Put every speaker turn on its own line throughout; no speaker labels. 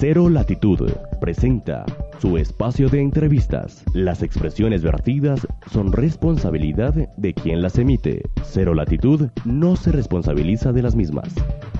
Cero Latitud presenta su espacio de entrevistas. Las expresiones vertidas son responsabilidad de quien las emite. Cero Latitud no se responsabiliza de las mismas.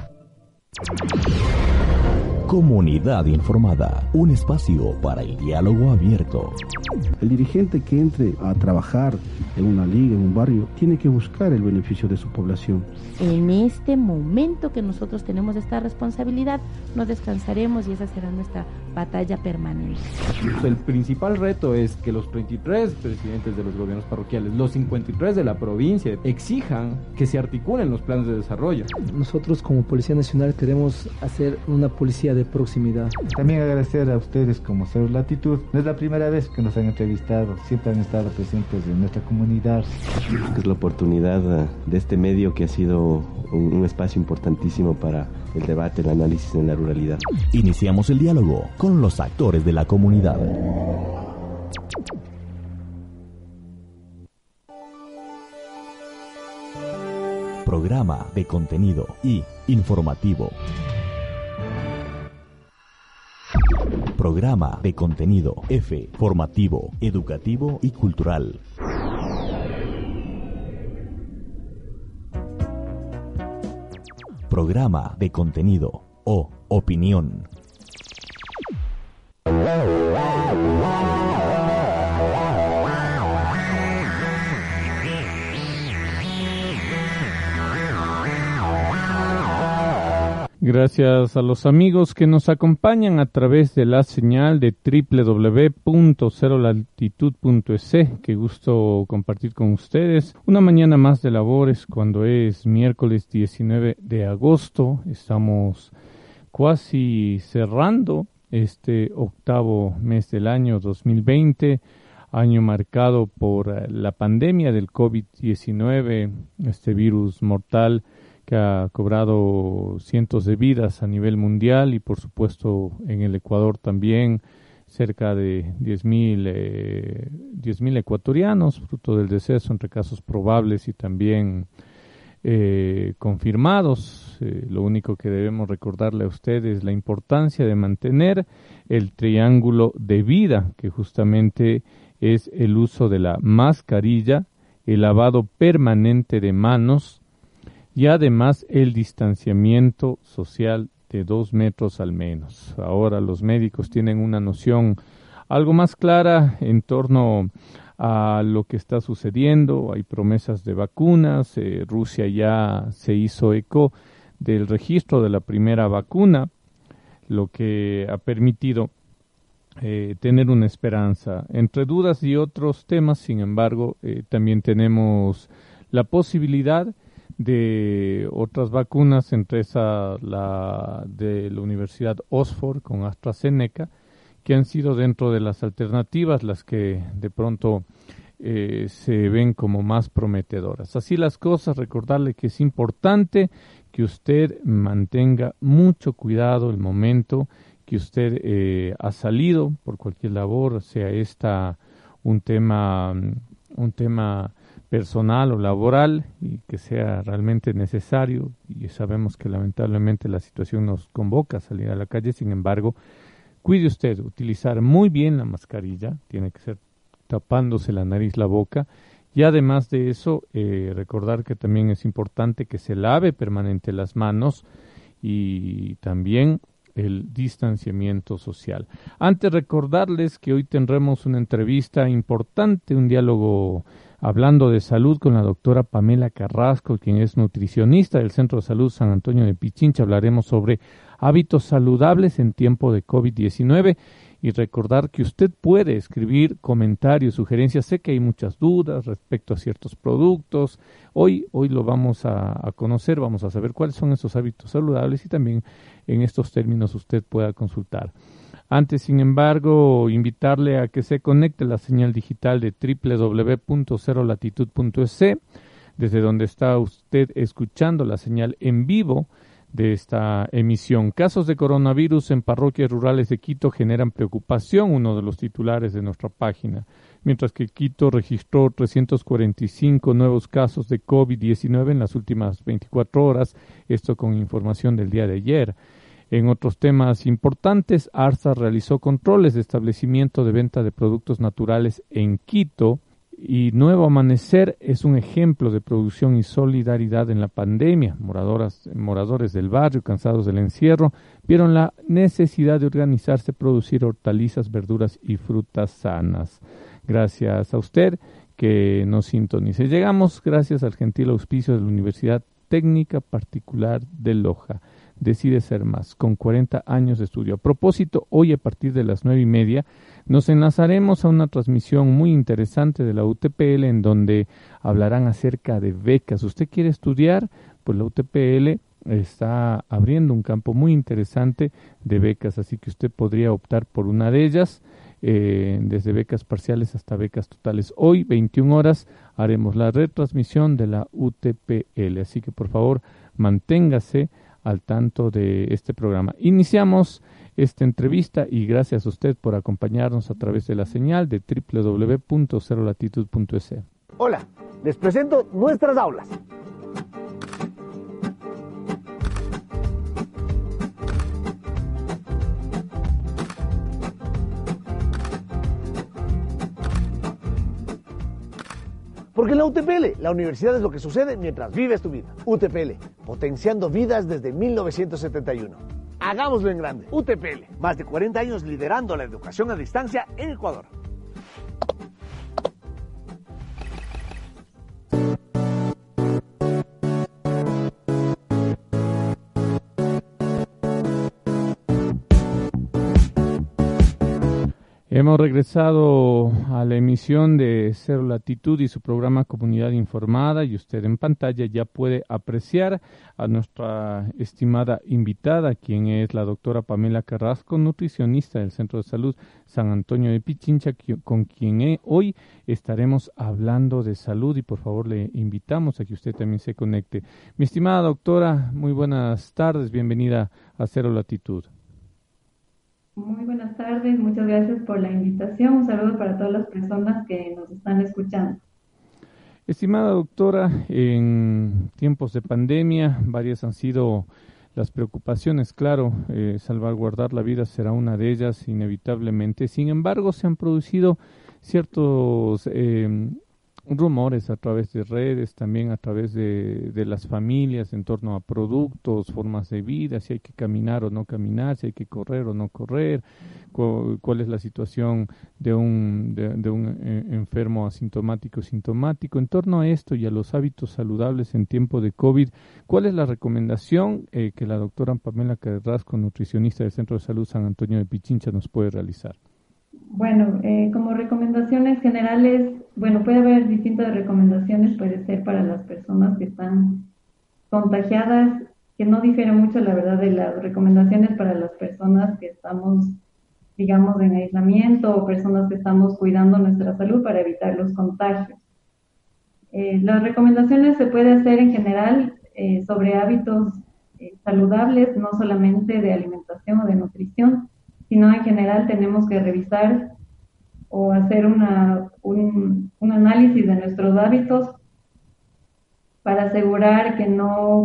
Comunidad informada, un espacio para el diálogo abierto.
El dirigente que entre a trabajar en una liga, en un barrio, tiene que buscar el beneficio de su población.
En este momento que nosotros tenemos esta responsabilidad, no descansaremos y esa será nuestra batalla permanente.
El principal reto es que los 33 presidentes de los gobiernos parroquiales, los 53 de la provincia, exijan que se articulen los planes de desarrollo.
Nosotros como Policía Nacional queremos hacer una policía de proximidad.
También agradecer a ustedes como Cero Latitud. No es la primera vez que nos han entrevistado, siempre han estado presentes en nuestra comunidad.
Es la oportunidad de este medio que ha sido un espacio importantísimo para el debate, el análisis en la ruralidad.
Iniciamos el diálogo con los actores de la comunidad. Programa de contenido y informativo. Programa de contenido F, formativo, educativo y cultural. Programa de contenido O, opinión.
Gracias a los amigos que nos acompañan a través de la señal de www.cerolatitud.es. Qué gusto compartir con ustedes una mañana más de labores cuando es miércoles 19 de agosto. Estamos casi cerrando este octavo mes del año 2020, año marcado por la pandemia del COVID-19, este virus mortal que ha cobrado cientos de vidas a nivel mundial y por supuesto en el Ecuador también cerca de 10.000 ecuatorianos, fruto del deceso entre casos probables y también confirmados. Lo único que debemos recordarle a ustedes es la importancia de mantener el triángulo de vida, que justamente es el uso de la mascarilla, el lavado permanente de manos, y además el distanciamiento social de 2 metros al menos. Ahora los médicos tienen una noción algo más clara en torno a lo que está sucediendo. Hay promesas de vacunas. Rusia ya se hizo eco del registro de la primera vacuna, lo que ha permitido tener una esperanza. Entre dudas y otros temas, sin embargo, también tenemos la posibilidad de otras vacunas, entre esa la de la Universidad Oxford con AstraZeneca, que han sido dentro de las alternativas las que de pronto se ven como más prometedoras. Así las cosas, recordarle que es importante que usted mantenga mucho cuidado el momento que usted ha salido por cualquier labor, sea esta un tema personal o laboral y que sea realmente necesario, y sabemos que lamentablemente la situación nos convoca a salir a la calle. Sin embargo, cuide usted, utilizar muy bien la mascarilla, tiene que ser tapándose la nariz, la boca, y además de eso, recordar que también es importante que se lave permanente las manos y también el distanciamiento social. Antes, recordarles que hoy tendremos una entrevista importante, un diálogo hablando de salud con la doctora Pamela Carrasco, quien es nutricionista del Centro de Salud San Antonio de Pichincha. Hablaremos sobre hábitos saludables en tiempo de COVID-19 y recordar que usted puede escribir comentarios, sugerencias. Sé que hay muchas dudas respecto a ciertos productos. Hoy lo vamos a conocer, vamos a saber cuáles son esos hábitos saludables y también en estos términos usted pueda consultar. Antes, sin embargo, invitarle a que se conecte a la señal digital de www.cerolatitud.es, desde donde está usted escuchando la señal en vivo de esta emisión. Casos de coronavirus en parroquias rurales de Quito generan preocupación, uno de los titulares de nuestra página. Mientras que Quito registró 345 nuevos casos de COVID-19 en las últimas 24 horas, esto con información del día de ayer. En otros temas importantes, ARSA realizó controles de establecimiento de venta de productos naturales en Quito y Nuevo Amanecer es un ejemplo de producción y solidaridad en la pandemia. Moradores del barrio, cansados del encierro, vieron la necesidad de organizarse, producir hortalizas, verduras y frutas sanas. Gracias a usted que nos sintonice. Llegamos gracias al gentil auspicio de la Universidad Técnica Particular de Loja. Decide ser más, con 40 años de estudio. A propósito, hoy a partir de las 9:30 nos enlazaremos a una transmisión muy interesante de la UTPL en donde hablarán acerca de becas. ¿Usted quiere estudiar? Pues la UTPL está abriendo un campo muy interesante de becas, así que usted podría optar por una de ellas, desde becas parciales hasta becas totales. Hoy, 21 horas, haremos la retransmisión de la UTPL, así que por favor manténgase al tanto de este programa. Iniciamos esta entrevista y gracias a usted por acompañarnos a través de la señal de www.cerolatitud.es.
Hola, les presento nuestras aulas. Porque en la UTPL, la universidad es lo que sucede mientras vives tu vida. UTPL, potenciando vidas desde 1971. Hagámoslo en grande. UTPL, más de 40 años liderando la educación a distancia en Ecuador.
Hemos regresado a la emisión de Cero Latitud y su programa Comunidad Informada, y usted en pantalla ya puede apreciar a nuestra estimada invitada, quien es la doctora Pamela Carrasco, nutricionista del Centro de Salud San Antonio de Pichincha, con quien hoy estaremos hablando de salud, y por favor le invitamos a que usted también se conecte. Mi estimada doctora, muy buenas tardes, bienvenida a Cero Latitud.
Muy buenas tardes, muchas gracias por la invitación. Un saludo para todas las personas que nos están escuchando.
Estimada doctora, en tiempos de pandemia, varias han sido las preocupaciones. Claro, salvaguardar la vida será una de ellas inevitablemente. Sin embargo, se han producido ciertos rumores a través de redes, también a través de las familias en torno a productos, formas de vida, si hay que caminar o no caminar, si hay que correr o no correr, cuál es la situación de un enfermo asintomático o sintomático. En torno a esto y a los hábitos saludables en tiempo de COVID, ¿cuál es la recomendación que la doctora Pamela Carrasco, nutricionista del Centro de Salud San Antonio de Pichincha, nos puede realizar?
Bueno, como recomendaciones generales, puede haber distintas recomendaciones, puede ser para las personas que están contagiadas, que no difiere mucho, la verdad, de las recomendaciones para las personas que estamos, digamos, en aislamiento o personas que estamos cuidando nuestra salud para evitar los contagios. Las recomendaciones se puede hacer en general sobre hábitos saludables, no solamente de alimentación o de nutrición, sino en general tenemos que revisar o hacer un análisis de nuestros hábitos para asegurar que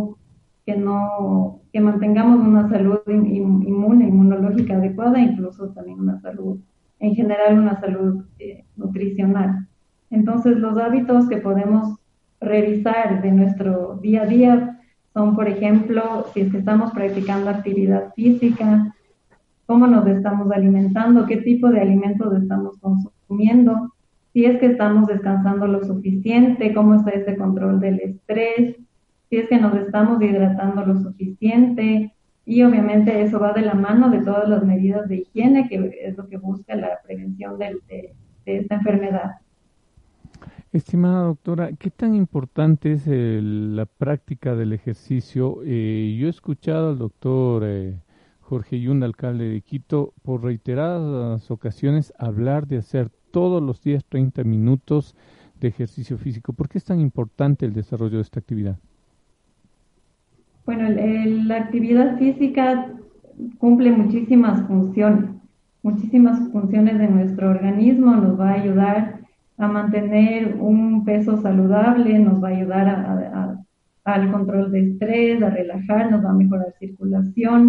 mantengamos una salud inmunológica adecuada, incluso también una salud, en general una salud nutricional. Entonces, los hábitos que podemos revisar de nuestro día a día son, por ejemplo, si es que estamos practicando actividad física, cómo nos estamos alimentando, qué tipo de alimentos estamos consumiendo, si es que estamos descansando lo suficiente, cómo está este control del estrés, si es que nos estamos hidratando lo suficiente, y obviamente eso va de la mano de todas las medidas de higiene, que es lo que busca la prevención de esta enfermedad.
Estimada doctora, ¿qué tan importante es la práctica del ejercicio? Yo he escuchado al doctor Jorge Yunda, alcalde de Quito, por reiteradas ocasiones hablar de hacer todos los días 30 minutos de ejercicio físico. ¿Por qué es tan importante el desarrollo de esta actividad?
Bueno, la actividad física cumple muchísimas funciones de nuestro organismo, nos va a ayudar a mantener un peso saludable, nos va a ayudar al control de estrés, a relajar, nos va a mejorar circulación,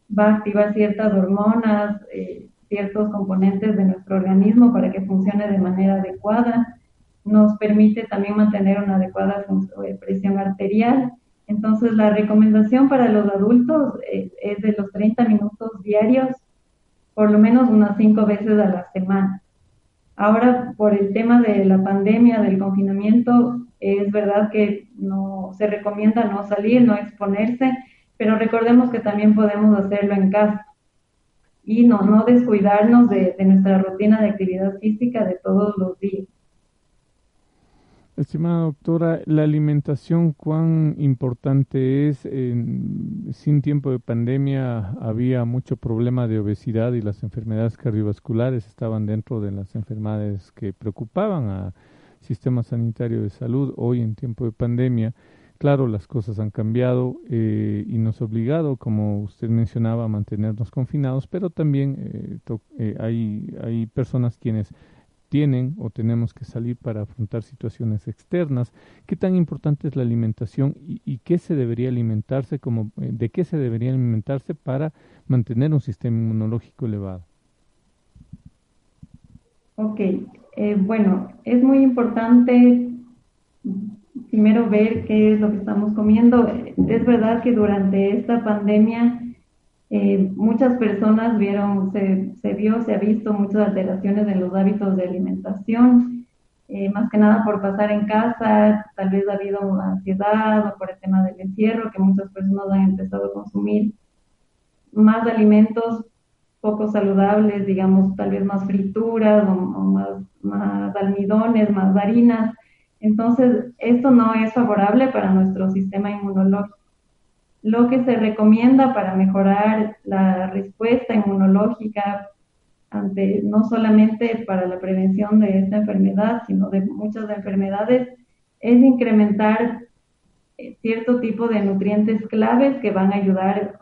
va a activar ciertas hormonas, ciertos componentes de nuestro organismo para que funcione de manera adecuada. Nos permite también mantener una adecuada presión arterial. Entonces, la recomendación para los adultos es de los 30 minutos diarios, por lo menos unas 5 veces a la semana. Ahora, por el tema de la pandemia, del confinamiento, es verdad que no se recomienda no salir, no exponerse, pero recordemos que también podemos hacerlo en casa y no descuidarnos de nuestra rutina de actividad física de todos los días.
Estimada doctora, la alimentación, ¿cuán importante es? Sin tiempo de pandemia había mucho problema de obesidad y las enfermedades cardiovasculares estaban dentro de las enfermedades que preocupaban al sistema sanitario de salud. Hoy, en tiempo de pandemia, claro, las cosas han cambiado y nos ha obligado, como usted mencionaba, a mantenernos confinados, pero también hay personas quienes tienen o tenemos que salir para afrontar situaciones externas. ¿Qué tan importante es la alimentación y qué se debería alimentarse, de qué se debería alimentarse para mantener un sistema inmunológico elevado?
Ok, bueno, es muy importante primero ver qué es lo que estamos comiendo. Es verdad que durante esta pandemia muchas personas se ha visto muchas alteraciones en los hábitos de alimentación, más que nada por pasar en casa, tal vez ha habido ansiedad o por el tema del encierro, que muchas personas han empezado a consumir más alimentos poco saludables, digamos, tal vez más frituras o más almidones, más harinas. Entonces, esto no es favorable para nuestro sistema inmunológico. Lo que se recomienda para mejorar la respuesta inmunológica no solamente para la prevención de esta enfermedad, sino de muchas enfermedades, es incrementar cierto tipo de nutrientes claves que van a ayudar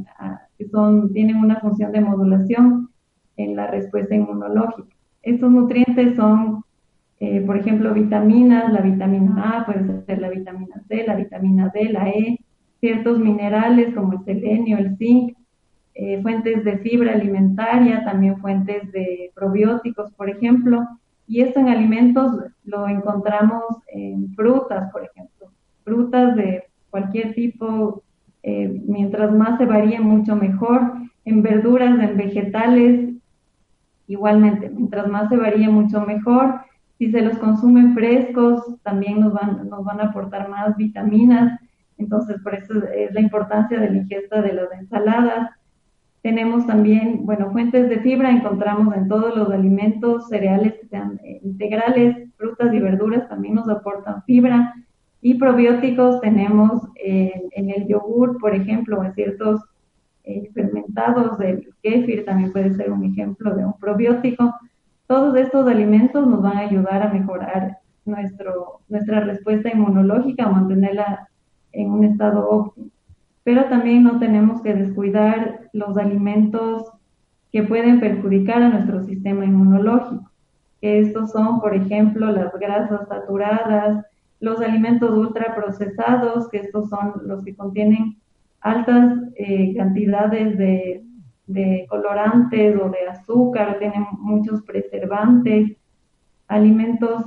tienen una función de modulación en la respuesta inmunológica. Estos nutrientes son, por ejemplo, vitaminas, la vitamina A, puede ser la vitamina C, la vitamina D, la E, ciertos minerales como el selenio, el zinc, fuentes de fibra alimentaria, también fuentes de probióticos, por ejemplo, y esto en alimentos lo encontramos en frutas, por ejemplo, frutas de cualquier tipo, mientras más se varíe mucho mejor, en verduras, en vegetales, igualmente, mientras más se varíe mucho mejor. Si se los consumen frescos, también nos van a aportar más vitaminas. Entonces, por eso es la importancia de la ingesta de las ensaladas. Tenemos también, fuentes de fibra, encontramos en todos los alimentos, cereales que sean integrales, frutas y verduras también nos aportan fibra. Y probióticos tenemos en el yogur, por ejemplo, en ciertos fermentados, el kéfir también puede ser un ejemplo de un probiótico. Todos estos alimentos nos van a ayudar a mejorar nuestra respuesta inmunológica, a mantenerla en un estado óptimo. Pero también no tenemos que descuidar los alimentos que pueden perjudicar a nuestro sistema inmunológico. Estos son, por ejemplo, las grasas saturadas, los alimentos ultraprocesados, que estos son los que contienen altas cantidades de colorantes o de azúcar, tienen muchos preservantes, alimentos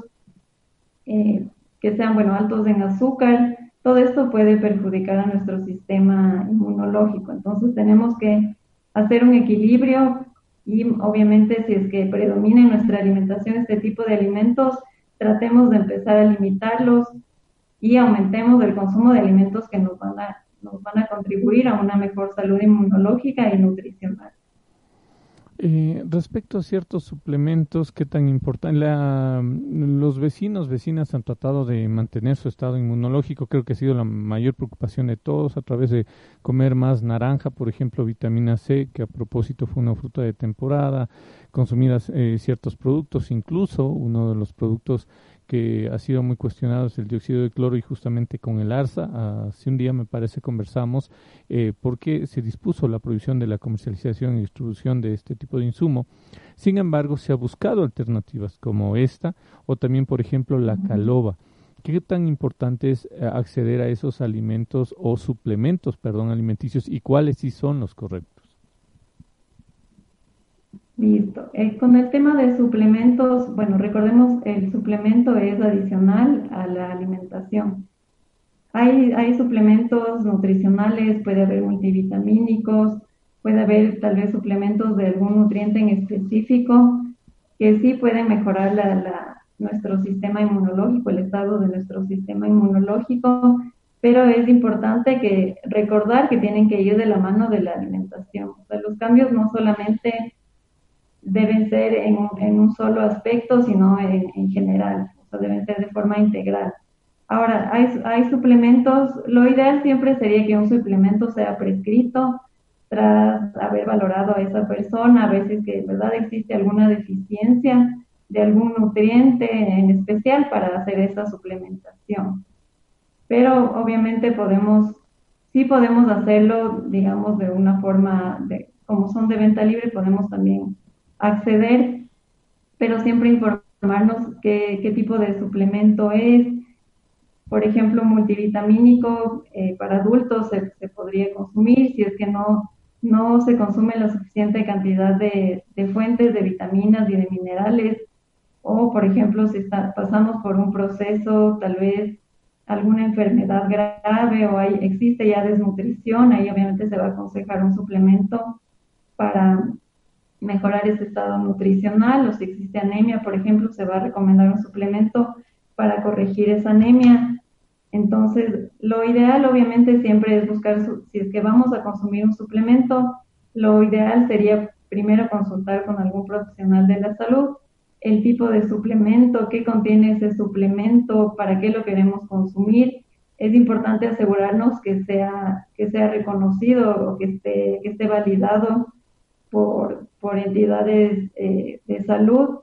que sean, altos en azúcar. Todo esto puede perjudicar a nuestro sistema inmunológico. Entonces tenemos que hacer un equilibrio y obviamente si es que predomina en nuestra alimentación este tipo de alimentos, tratemos de empezar a limitarlos y aumentemos el consumo de alimentos que nos van a contribuir a una mejor salud inmunológica y nutricional.
Respecto a ciertos suplementos, ¿qué tan importante? Los vecinas han tratado de mantener su estado inmunológico, creo que ha sido la mayor preocupación de todos a través de comer más naranja, por ejemplo, vitamina C, que a propósito fue una fruta de temporada, consumir ciertos productos, incluso uno de los productos que ha sido muy cuestionado es el dióxido de cloro y justamente con el ARSA, hace un día me parece conversamos porque se dispuso la prohibición de la comercialización y distribución de este tipo de insumo. Sin embargo, se ha buscado alternativas como esta o también, por ejemplo, la caloba. ¿Qué tan importante es acceder a esos alimentos o suplementos, alimenticios y cuáles sí son los correctos?
Listo. Con el tema de suplementos, bueno, recordemos, el suplemento es adicional a la alimentación. Hay suplementos nutricionales, puede haber multivitamínicos, puede haber tal vez suplementos de algún nutriente en específico que sí pueden mejorar nuestro sistema inmunológico, el estado de nuestro sistema inmunológico, pero es importante recordar que tienen que ir de la mano de la alimentación. O sea, los cambios no solamente deben ser en un solo aspecto, sino en general, o sea, deben ser de forma integral. Ahora, hay suplementos, lo ideal siempre sería que un suplemento sea prescrito tras haber valorado a esa persona, a veces que en verdad existe alguna deficiencia de algún nutriente en especial para hacer esa suplementación. Pero obviamente sí podemos hacerlo, digamos, de una forma, como son de venta libre, podemos también acceder, pero siempre informarnos qué tipo de suplemento es. Por ejemplo, multivitamínico para adultos se podría consumir si es que no se consume la suficiente cantidad de fuentes de vitaminas y de minerales, o por ejemplo si pasamos por un proceso, tal vez alguna enfermedad grave o existe ya desnutrición, ahí obviamente se va a aconsejar un suplemento para mejorar ese estado nutricional, o si existe anemia, por ejemplo, se va a recomendar un suplemento para corregir esa anemia. Entonces, lo ideal obviamente siempre es buscar, si es que vamos a consumir un suplemento, lo ideal sería primero consultar con algún profesional de la salud, el tipo de suplemento, qué contiene ese suplemento, para qué lo queremos consumir. Es importante asegurarnos que sea reconocido o que esté validado por entidades de salud.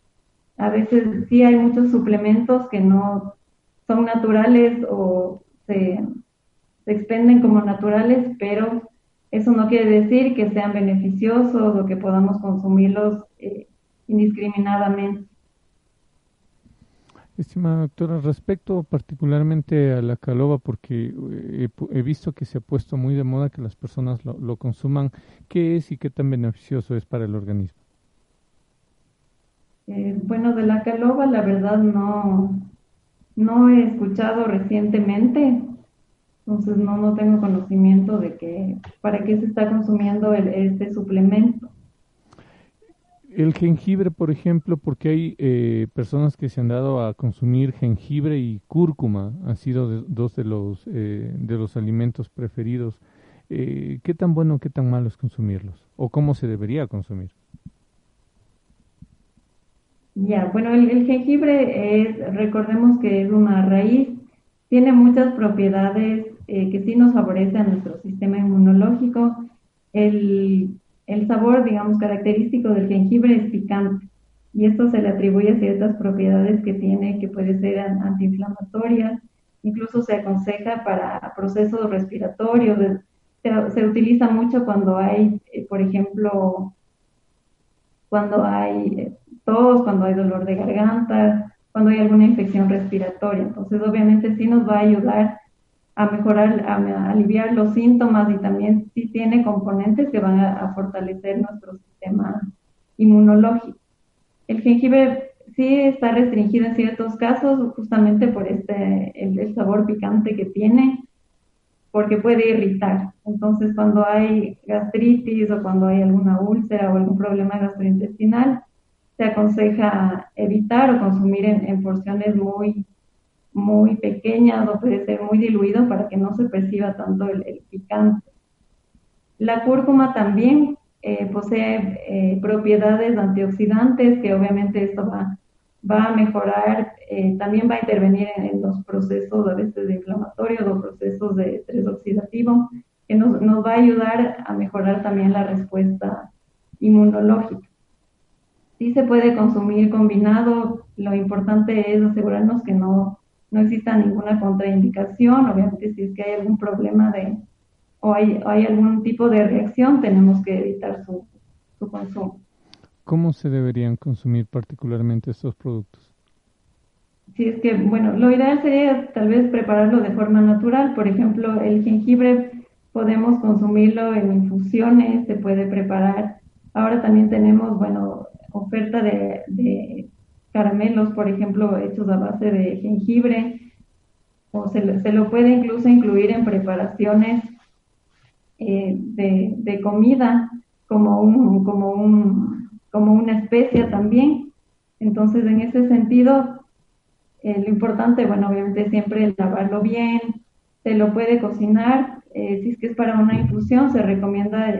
A veces sí hay muchos suplementos que no son naturales o se expenden como naturales, pero eso no quiere decir que sean beneficiosos o que podamos consumirlos indiscriminadamente.
Estimada doctora, respecto particularmente a la caloba, porque he visto que se ha puesto muy de moda que las personas lo consuman, ¿qué es y qué tan beneficioso es para el organismo?
Bueno, de la caloba la verdad no he escuchado recientemente, entonces no tengo conocimiento de para qué se está consumiendo este suplemento.
El jengibre, por ejemplo, porque hay personas que se han dado a consumir jengibre y cúrcuma, han sido dos de los alimentos preferidos. ¿Qué tan bueno, qué tan malo es consumirlos? ¿O cómo se debería consumir?
Ya, bueno, el jengibre recordemos que es una raíz, tiene muchas propiedades que sí nos favorecen a nuestro sistema inmunológico. El sabor, digamos, característico del jengibre es picante, y esto se le atribuye a ciertas propiedades que tiene, que puede ser antiinflamatorias, incluso se aconseja para procesos respiratorios, se utiliza mucho cuando hay, por ejemplo, cuando hay tos, cuando hay dolor de garganta, cuando hay alguna infección respiratoria. Entonces, obviamente sí nos va a ayudar a mejorar, a aliviar los síntomas, y también sí tiene componentes que van a fortalecer nuestro sistema inmunológico. El jengibre sí está restringido en ciertos casos justamente por el sabor picante que tiene, porque puede irritar. Entonces, cuando hay gastritis o cuando hay alguna úlcera o algún problema gastrointestinal, se aconseja evitar o consumir en porciones muy pequeñas, o puede ser muy diluido para que no se perciba tanto el picante. La cúrcuma también posee propiedades antioxidantes, que obviamente esto va a mejorar, también va a intervenir en los procesos a veces de inflamatorios o procesos de estrés oxidativo, que nos va a ayudar a mejorar también la respuesta inmunológica. Sí se puede consumir combinado, lo importante es asegurarnos que no exista ninguna contraindicación. Obviamente, si es que hay algún problema o hay algún tipo de reacción, tenemos que evitar su consumo.
¿Cómo se deberían consumir particularmente estos productos?
Si es que, bueno, lo ideal sería tal vez prepararlo de forma natural. Por ejemplo, el jengibre podemos consumirlo en infusiones, se puede preparar Ahora también tenemos, bueno, oferta de caramelos, por ejemplo, hechos a base de jengibre, o se lo puede incluso incluir en preparaciones de comida como una especia también. Entonces, en ese sentido, lo importante, bueno, obviamente siempre lavarlo bien, se lo puede cocinar, si es que es para una infusión, se recomienda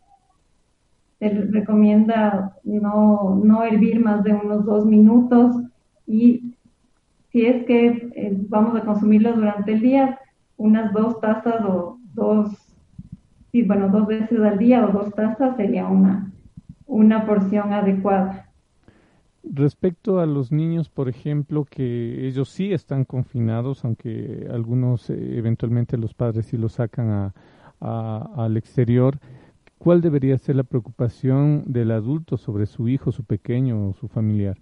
no hervir más de unos 2 minutos, y si es que vamos a consumirlo durante el día, unas 2 tazas o 2 veces al día o 2 tazas sería una porción adecuada.
Respecto a los niños, por ejemplo, que ellos sí están confinados, aunque algunos eventualmente los padres sí los sacan al exterior, ¿cuál debería ser la preocupación del adulto sobre su hijo, su pequeño o su familiar?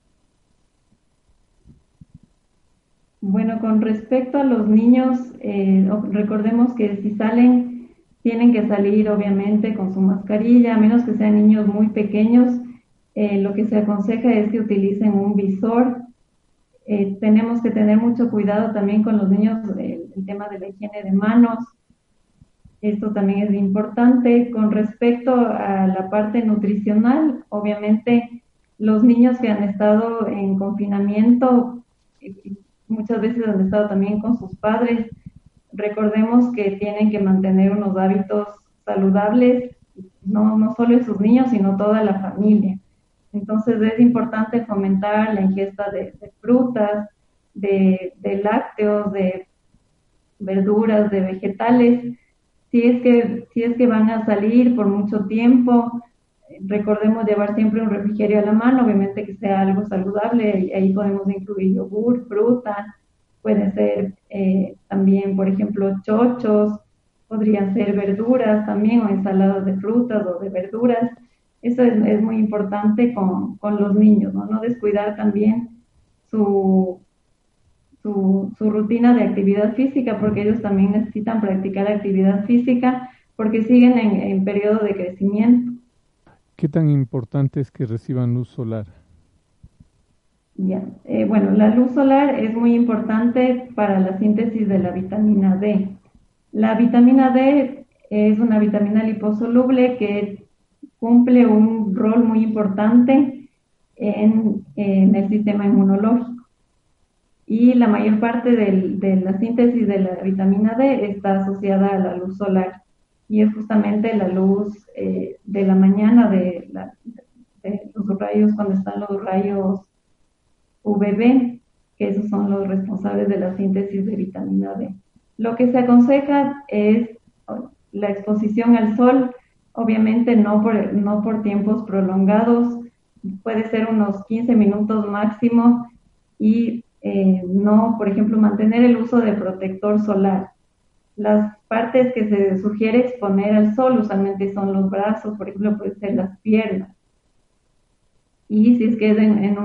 Bueno, con respecto a los niños, recordemos que si salen, tienen que salir obviamente con su mascarilla, a menos que sean niños muy pequeños. Lo que se aconseja es que utilicen un visor. Tenemos que tener mucho cuidado también con los niños, el tema de la higiene de manos. Esto también es importante. Con respecto a la parte nutricional, obviamente los niños que han estado en confinamiento, muchas veces han estado también con sus padres, recordemos que tienen que mantener unos hábitos saludables, no solo sus niños, sino toda la familia. Entonces es importante fomentar la ingesta de frutas, de lácteos, de verduras, de vegetales. Si es que van a salir por mucho tiempo, recordemos llevar siempre un refrigerio a la mano, obviamente que sea algo saludable, y ahí podemos incluir yogur, fruta, puede ser también, por ejemplo, chochos, podrían ser verduras también, o ensaladas de frutas o de verduras. Eso es muy importante con los niños, ¿no? Descuidar también su rutina de actividad física, porque ellos también necesitan practicar actividad física porque siguen en periodo de crecimiento.
¿Qué tan importante es que reciban luz solar?
Bueno, la luz solar es muy importante para la síntesis de la vitamina D. La vitamina D es una vitamina liposoluble que cumple un rol muy importante en el sistema inmunológico. Y la mayor parte de la síntesis de la vitamina D está asociada a la luz solar. Y es justamente la luz de la mañana, de los rayos, cuando están los rayos UVB, que esos son los responsables de la síntesis de vitamina D. Lo que se aconseja es la exposición al sol, obviamente no por tiempos prolongados, puede ser unos 15 minutos máximo, y no, por ejemplo, mantener el uso de protector solar. Las partes que se sugiere exponer al sol usualmente son los brazos, por ejemplo, puede ser las piernas. Y si es que es en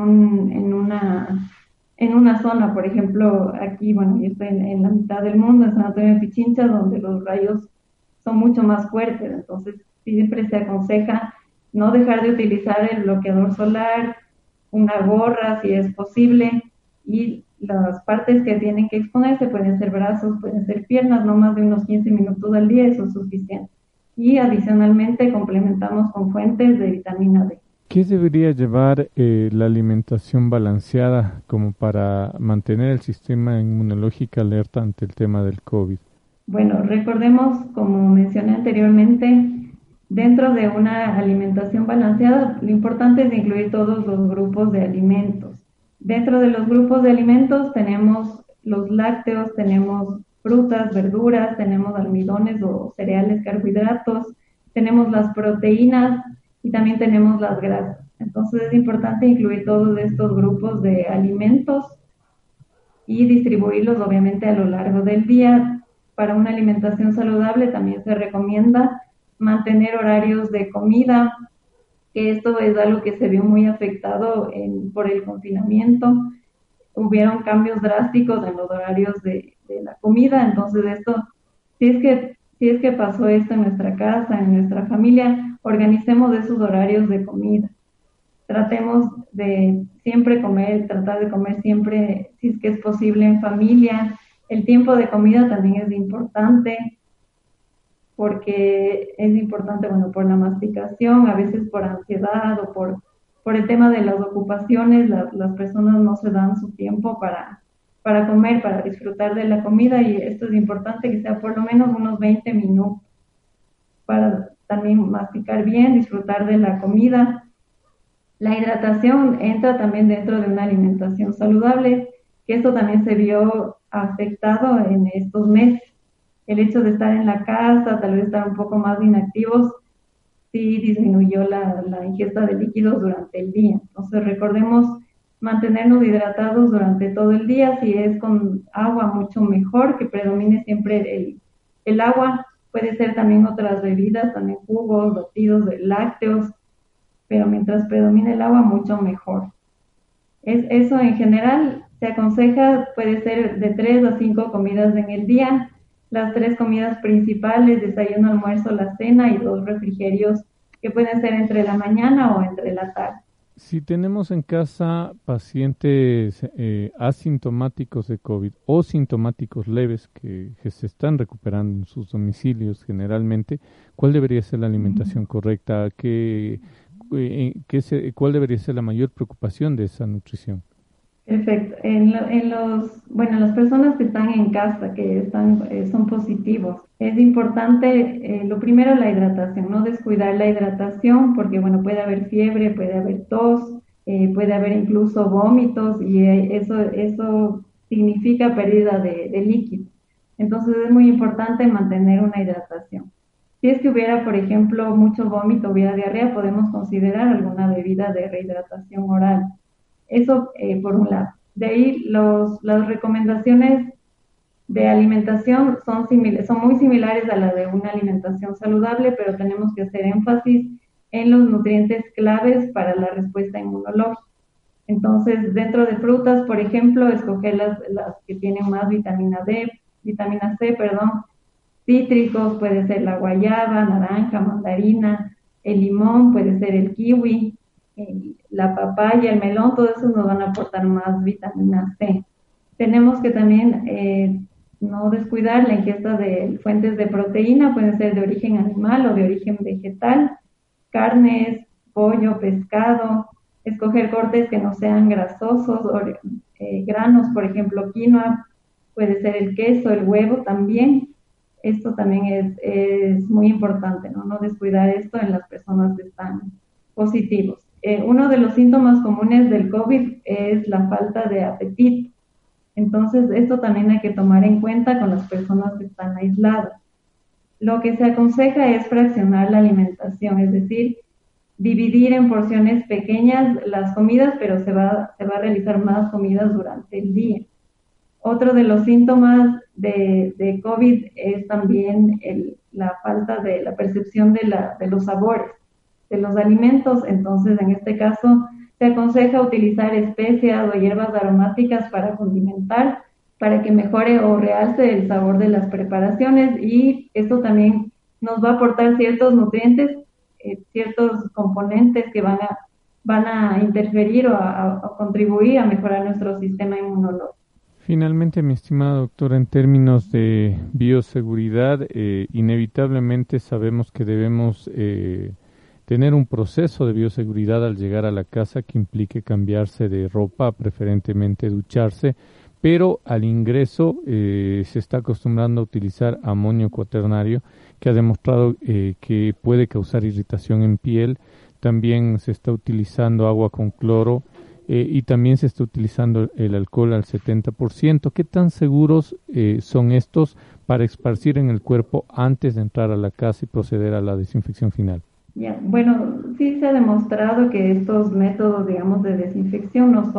una zona, por ejemplo, aquí, bueno, yo estoy en la mitad del mundo, en San Antonio de Pichincha, donde los rayos son mucho más fuertes, entonces siempre se aconseja no dejar de utilizar el bloqueador solar, una gorra si es posible, y las partes que tienen que exponerse pueden ser brazos, pueden ser piernas, no más de unos 15 minutos al día, eso es suficiente. Y adicionalmente complementamos con fuentes de vitamina D.
¿Qué debería llevar la alimentación balanceada como para mantener el sistema inmunológico alerta ante el tema del COVID?
Bueno, recordemos, como mencioné anteriormente, dentro de una alimentación balanceada, lo importante es incluir todos los grupos de alimentos. Dentro de los grupos de alimentos tenemos los lácteos, tenemos frutas, verduras, tenemos almidones o cereales, carbohidratos, tenemos las proteínas y también tenemos las grasas. Entonces es importante incluir todos estos grupos de alimentos y distribuirlos obviamente a lo largo del día. Para una alimentación saludable también se recomienda mantener horarios de comida, que esto es algo que se vio muy afectado por el confinamiento. Hubieron cambios drásticos en los horarios de la comida, entonces esto, si si es que pasó esto en nuestra casa, en nuestra familia, organicemos esos horarios de comida. Tratemos de siempre comer, tratar de comer siempre, si es que es posible, en familia. El tiempo de comida también es importante, porque es importante, bueno, por la masticación, a veces por ansiedad o por el tema de las ocupaciones, las personas no se dan su tiempo para comer, para disfrutar de la comida, y esto es importante que sea por lo menos unos 20 minutos para también masticar bien, disfrutar de la comida. La hidratación entra también dentro de una alimentación saludable, que esto también se vio afectado en estos meses. El hecho de estar en la casa, tal vez estar un poco más inactivos, sí disminuyó la ingesta de líquidos durante el día. Entonces recordemos mantenernos hidratados durante todo el día. Si es con agua, mucho mejor, que predomine siempre el agua. Puede ser también otras bebidas, también jugos, batidos de lácteos, pero mientras predomine el agua, mucho mejor. Eso en general se aconseja, puede ser de 3 a 5 comidas en el día. Las 3 comidas principales, desayuno, almuerzo, la cena, y 2 refrigerios que pueden ser entre la mañana o entre la tarde.
Si tenemos en casa pacientes asintomáticos de COVID o sintomáticos leves que se están recuperando en sus domicilios generalmente, ¿cuál debería ser la alimentación correcta? ¿Cuál debería ser la mayor preocupación de esa nutrición?
Perfecto. Las personas que están en casa, que son positivos, es importante, lo primero, la hidratación, no descuidar la hidratación, porque puede haber fiebre, puede haber tos, puede haber incluso vómitos, y eso significa pérdida de líquido. Entonces es muy importante mantener una hidratación. Si es que hubiera, por ejemplo, mucho vómito, hubiera diarrea, podemos considerar alguna bebida de rehidratación oral. Eso por un lado. De ahí las recomendaciones de alimentación son muy similares a la de una alimentación saludable, pero tenemos que hacer énfasis en los nutrientes claves para la respuesta inmunológica. Entonces, dentro de frutas, por ejemplo, escoger las que tienen más vitamina C, cítricos, puede ser la guayaba, naranja, mandarina, el limón, puede ser el kiwi, la papaya, el melón, todo eso nos van a aportar más vitamina C. Tenemos que también no descuidar la ingesta de fuentes de proteína, pueden ser de origen animal o de origen vegetal, carnes, pollo, pescado, escoger cortes que no sean grasosos, granos, por ejemplo, quinoa, puede ser el queso, el huevo también. Esto también es muy importante, no descuidar esto en las personas que están positivos. Uno de los síntomas comunes del COVID es la falta de apetito. Entonces, esto también hay que tomar en cuenta con las personas que están aisladas. Lo que se aconseja es fraccionar la alimentación, es decir, dividir en porciones pequeñas las comidas, pero se va a realizar más comidas durante el día. Otro de los síntomas de COVID es también la falta de la percepción de los sabores de los alimentos. Entonces, en este caso, se aconseja utilizar especias o hierbas aromáticas para condimentar, para que mejore o realce el sabor de las preparaciones, y esto también nos va a aportar ciertos nutrientes, ciertos componentes que van a interferir o a contribuir a mejorar nuestro sistema inmunológico.
Finalmente, mi estimada doctora, en términos de bioseguridad, inevitablemente sabemos que debemos tener un proceso de bioseguridad al llegar a la casa que implique cambiarse de ropa, preferentemente ducharse, pero al ingreso se está acostumbrando a utilizar amonio cuaternario, que ha demostrado que puede causar irritación en piel. También se está utilizando agua con cloro y también se está utilizando el alcohol al 70%. ¿Qué tan seguros son estos para esparcir en el cuerpo antes de entrar a la casa y proceder a la desinfección final?
Sí se ha demostrado que estos métodos, de desinfección no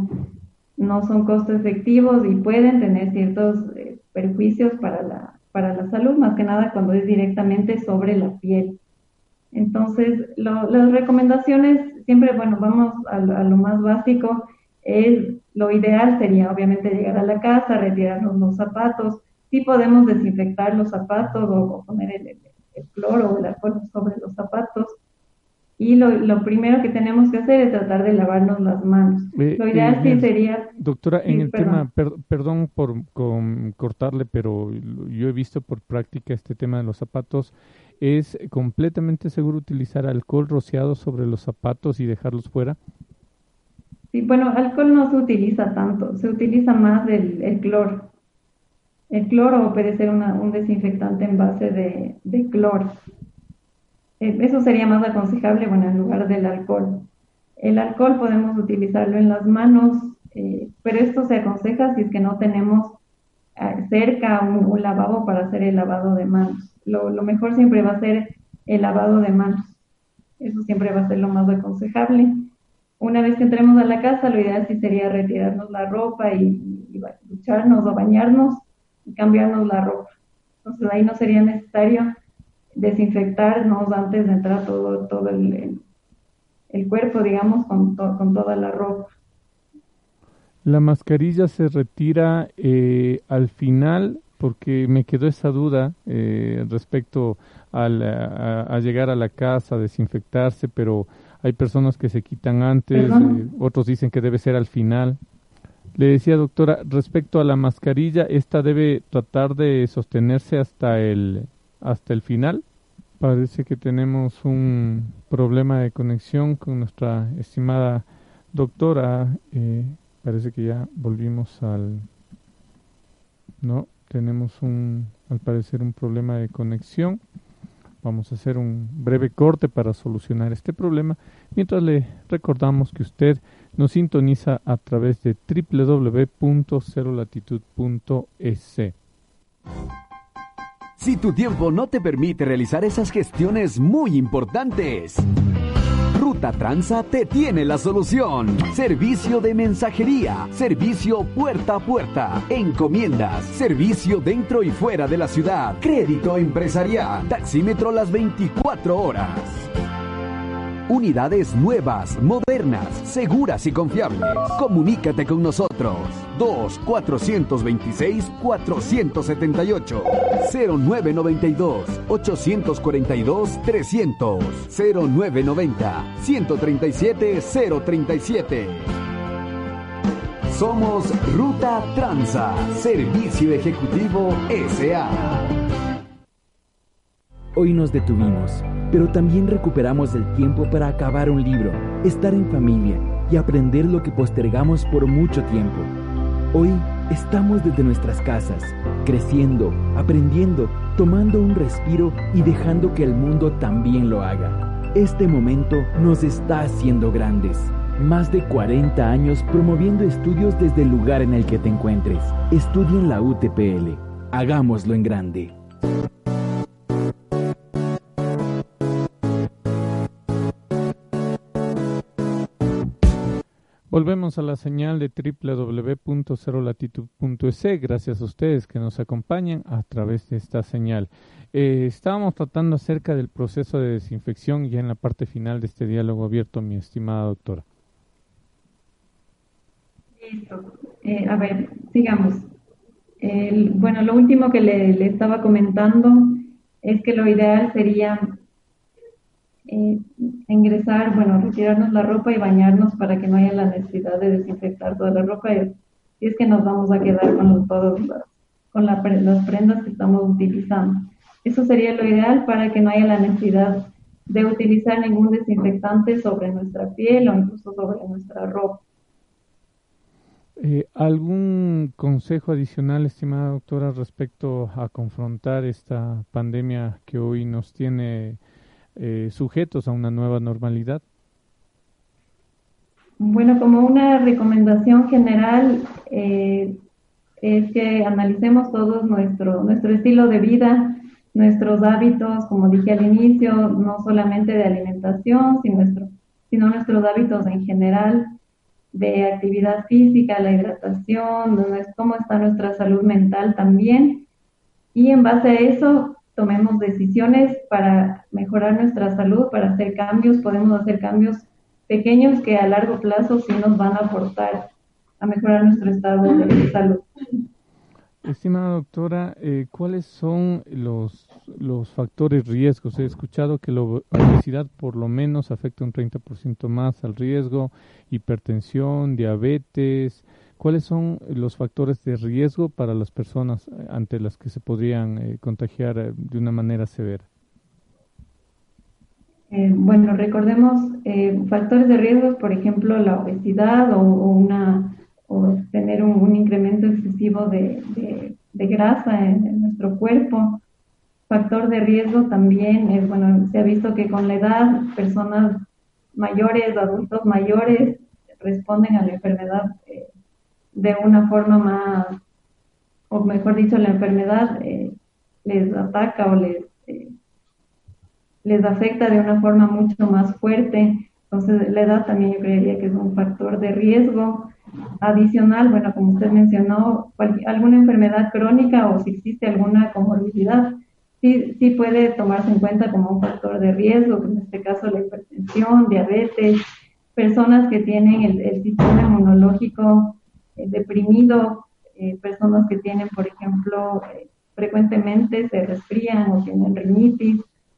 son costo efectivos y pueden tener ciertos perjuicios para la salud, más que nada cuando es directamente sobre la piel. Entonces, las recomendaciones, siempre, vamos a lo más básico, lo ideal sería obviamente llegar a la casa, retirarnos los zapatos, sí podemos desinfectar los zapatos o poner el cloro o el alcohol sobre los zapatos. Y lo primero que tenemos que hacer es tratar de lavarnos las manos. Lo ideal sí sería...
Doctora,
sí,
en el
perdón.
tema, perdón por cortarle, pero yo he visto por práctica este tema de los zapatos. ¿Es completamente seguro utilizar alcohol rociado sobre los zapatos y dejarlos fuera?
Sí, bueno, alcohol no se utiliza tanto, se utiliza más el cloro. El cloro puede ser un desinfectante en base de cloro. Eso sería más aconsejable, bueno, en lugar del alcohol. El alcohol podemos utilizarlo en las manos, pero esto se aconseja si es que no tenemos cerca un lavabo para hacer el lavado de manos. Lo mejor siempre va a ser el lavado de manos. Eso siempre va a ser lo más aconsejable. Una vez que entremos a la casa, lo ideal sí sería retirarnos la ropa y ducharnos o bañarnos y cambiarnos la ropa. Entonces ahí no sería necesario desinfectarnos antes de entrar todo el cuerpo, digamos, con toda la ropa.
¿La mascarilla se retira al final? Porque me quedó esa duda respecto a llegar a la casa, a desinfectarse, pero hay personas que se quitan antes, otros dicen que debe ser al final. Le decía, doctora, respecto a la mascarilla, ¿esta debe tratar de sostenerse hasta el final? Parece que tenemos un problema de conexión con nuestra estimada doctora. Parece que ya volvimos No, tenemos al parecer un problema de conexión. Vamos a hacer un breve corte para solucionar este problema, mientras le recordamos que usted nos sintoniza a través de www.cerolatitud.es.
Si tu tiempo no te permite realizar esas gestiones muy importantes, Ruta Transa te tiene la solución. Servicio de mensajería, servicio puerta a puerta, encomiendas, servicio dentro y fuera de la ciudad, crédito empresarial, taxímetro las 24 horas. Unidades nuevas, modernas, seguras y confiables. Comunícate con nosotros. 2-426-478. 0992-842-300. 0990-137-037. Somos Ruta Transa, Servicio Ejecutivo S.A.
Hoy nos detuvimos, pero también recuperamos el tiempo para acabar un libro, estar en familia y aprender lo que postergamos por mucho tiempo. Hoy estamos desde nuestras casas, creciendo, aprendiendo, tomando un respiro y dejando que el mundo también lo haga. Este momento nos está haciendo grandes. Más de 40 años promoviendo estudios desde el lugar en el que te encuentres. Estudia en la UTPL. Hagámoslo en grande.
Volvemos a la señal de www.cerolatitud.es. Gracias a ustedes que nos acompañan a través de esta señal. Estábamos tratando acerca del proceso de desinfección ya en la parte final de este diálogo abierto, mi estimada doctora.
Listo. A ver, sigamos. Bueno, lo último que le estaba comentando es que lo ideal sería ingresar, retirarnos la ropa y bañarnos para que no haya la necesidad de desinfectar toda la ropa, y es que nos vamos a quedar con las prendas que estamos utilizando. Eso sería lo ideal para que no haya la necesidad de utilizar ningún desinfectante sobre nuestra piel o incluso sobre nuestra ropa.
¿Algún consejo adicional, estimada doctora, respecto a confrontar esta pandemia que hoy nos tiene sujetos a una nueva normalidad?
Bueno, como una recomendación general es que analicemos todos nuestro estilo de vida, nuestros hábitos, como dije al inicio, no solamente de alimentación, sino nuestros hábitos en general, de actividad física, la hidratación, cómo está nuestra salud mental también, y en base a eso tomemos decisiones para mejorar nuestra salud, para hacer cambios. Podemos hacer cambios pequeños que a largo plazo sí nos van a aportar a mejorar nuestro estado de salud.
Estimada doctora, ¿cuáles son los factores riesgos? He escuchado que la obesidad por lo menos afecta un 30% más al riesgo, hipertensión, diabetes. ¿Cuáles son los factores de riesgo para las personas ante las que se podrían contagiar de una manera severa?
Bueno, recordemos factores de riesgo, por ejemplo, la obesidad o tener un incremento excesivo de grasa en nuestro cuerpo. Factor de riesgo también es, bueno, se ha visto que con la edad, personas mayores, adultos mayores, responden a la enfermedad de una forma más, o mejor dicho, la enfermedad les ataca o les afecta de una forma mucho más fuerte. Entonces, la edad también yo creería que es un factor de riesgo. Adicional, bueno, como usted mencionó, alguna enfermedad crónica o si existe alguna comorbilidad, sí puede tomarse en cuenta como un factor de riesgo, que en este caso la hipertensión, diabetes, personas que tienen el sistema inmunológico deprimido, personas que tienen, por ejemplo, frecuentemente se resfrían o tienen rinitis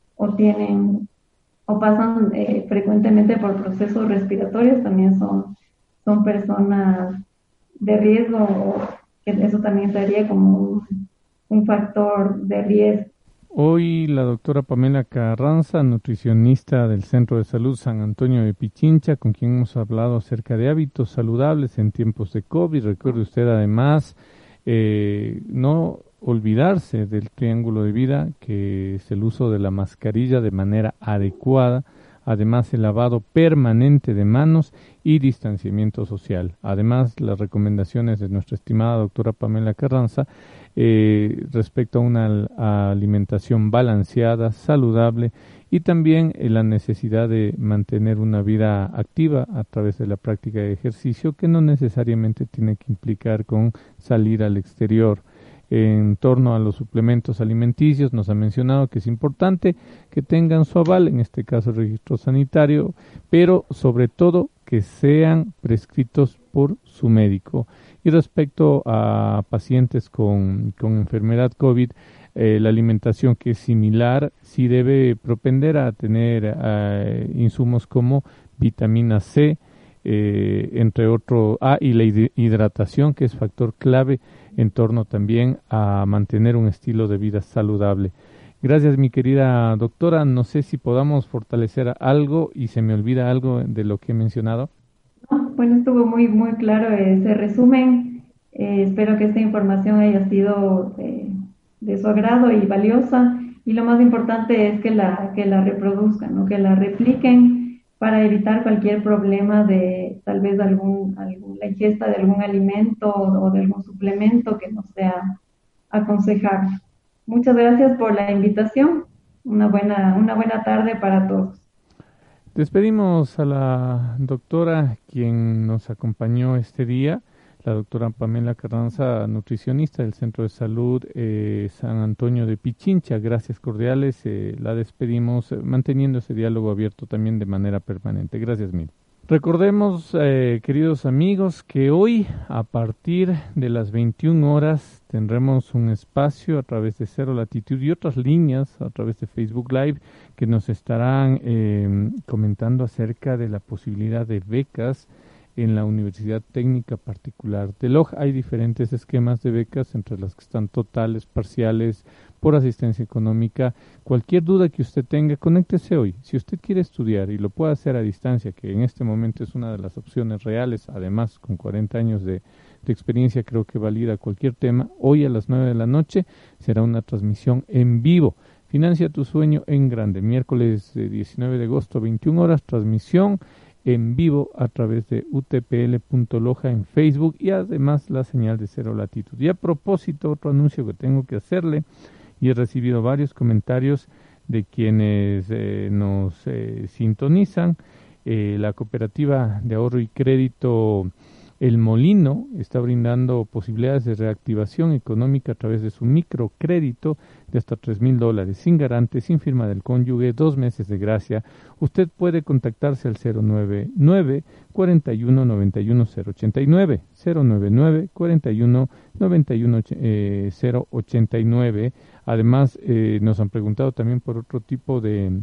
o pasan frecuentemente por procesos respiratorios, también son personas de riesgo, que eso también sería como un factor de riesgo.
Hoy la doctora Pamela Carranza, nutricionista del Centro de Salud San Antonio de Pichincha, con quien hemos hablado acerca de hábitos saludables en tiempos de COVID. Recuerde usted además no olvidarse del triángulo de vida, que es el uso de la mascarilla de manera adecuada, además el lavado permanente de manos y distanciamiento social. Además, las recomendaciones de nuestra estimada doctora Pamela Carranza respecto a una alimentación balanceada, saludable y también la necesidad de mantener una vida activa a través de la práctica de ejercicio, que no necesariamente tiene que implicar con salir al exterior. En torno a los suplementos alimenticios, nos ha mencionado que es importante que tengan su aval, en este caso el registro sanitario, pero sobre todo que sean prescritos por su médico. Y respecto a pacientes con enfermedad COVID, la alimentación, que es similar, sí debe propender a tener insumos como vitamina C, entre otros, y la hidratación, que es factor clave en torno también a mantener un estilo de vida saludable. Gracias, mi querida doctora. No sé si podamos fortalecer algo y se me olvida algo de lo que he mencionado.
Bueno, estuvo muy claro ese resumen. Espero que esta información haya sido de su agrado y valiosa. Y lo más importante es que la reproduzcan, ¿no? Que la repliquen, para evitar cualquier problema de tal vez la ingesta de algún alimento o de algún suplemento que no sea aconsejable. Muchas gracias por la invitación. Una buena tarde para todos.
Despedimos a la doctora quien nos acompañó este día, la doctora Pamela Carranza, nutricionista del Centro de Salud San Antonio de Pichincha. Gracias cordiales, la despedimos manteniendo ese diálogo abierto también de manera permanente. Gracias mil. Recordemos, queridos amigos, que hoy a partir de las 21 horas tendremos un espacio a través de Cero Latitud y otras líneas a través de Facebook Live que nos estarán comentando acerca de la posibilidad de becas en la Universidad Técnica Particular de Loja. Hay diferentes esquemas de becas, entre las que están totales, parciales, por asistencia económica. Cualquier duda que usted tenga, conéctese hoy. Si usted quiere estudiar y lo puede hacer a distancia, que en este momento es una de las opciones reales, además con 40 años de experiencia creo que valida cualquier tema, hoy a las 9 de la noche será una transmisión en vivo. Financia tu sueño en grande. Miércoles 19 de agosto, 21 horas, transmisión en vivo a través de utpl.loja en Facebook y además la señal de Cero Latitud. Y a propósito, otro anuncio que tengo que hacerle, y he recibido varios comentarios de quienes nos sintonizan. La cooperativa de ahorro y crédito El Molino está brindando posibilidades de reactivación económica a través de su microcrédito de hasta $3,000, sin garante, sin firma del cónyuge, 2 meses de gracia. Usted puede contactarse al 099-4191-089, 099-4191-089. Además, nos han preguntado también por otro tipo de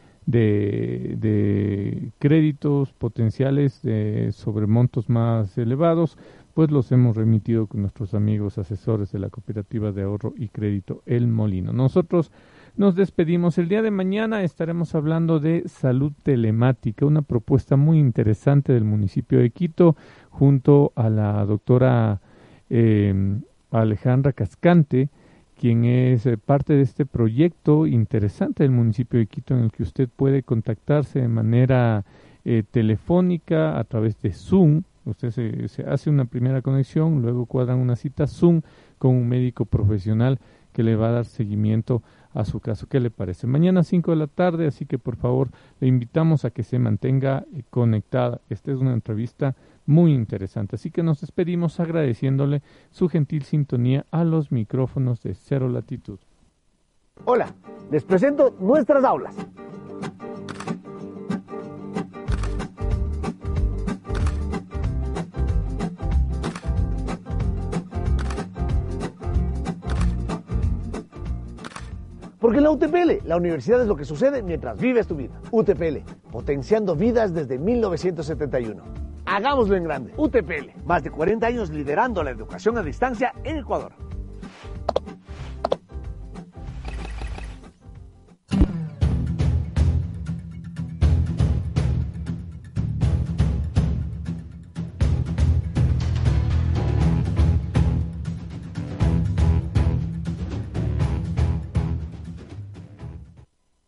créditos potenciales sobre montos más elevados, pues los hemos remitido con nuestros amigos asesores de la Cooperativa de Ahorro y Crédito El Molino. Nosotros nos despedimos. El día de mañana estaremos hablando de salud telemática, una propuesta muy interesante del municipio de Quito, junto a la doctora Alejandra Cascante, quien es parte de este proyecto interesante del municipio de Quito, en el que usted puede contactarse de manera telefónica a través de Zoom. Usted se hace una primera conexión, luego cuadran una cita Zoom con un médico profesional que le va a dar seguimiento a su caso. ¿Qué le parece? Mañana a 5 de la tarde, así que por favor le invitamos a que se mantenga conectada. Esta es una entrevista muy interesante, así que nos despedimos agradeciéndole su gentil sintonía a los micrófonos de Cero Latitud.
Hola, les presento nuestras aulas. Porque en la UTPL, la universidad es lo que sucede mientras vives tu vida. UTPL, potenciando vidas desde 1971. Hagámoslo en grande. UTPL, más de 40 años liderando la educación a distancia en Ecuador.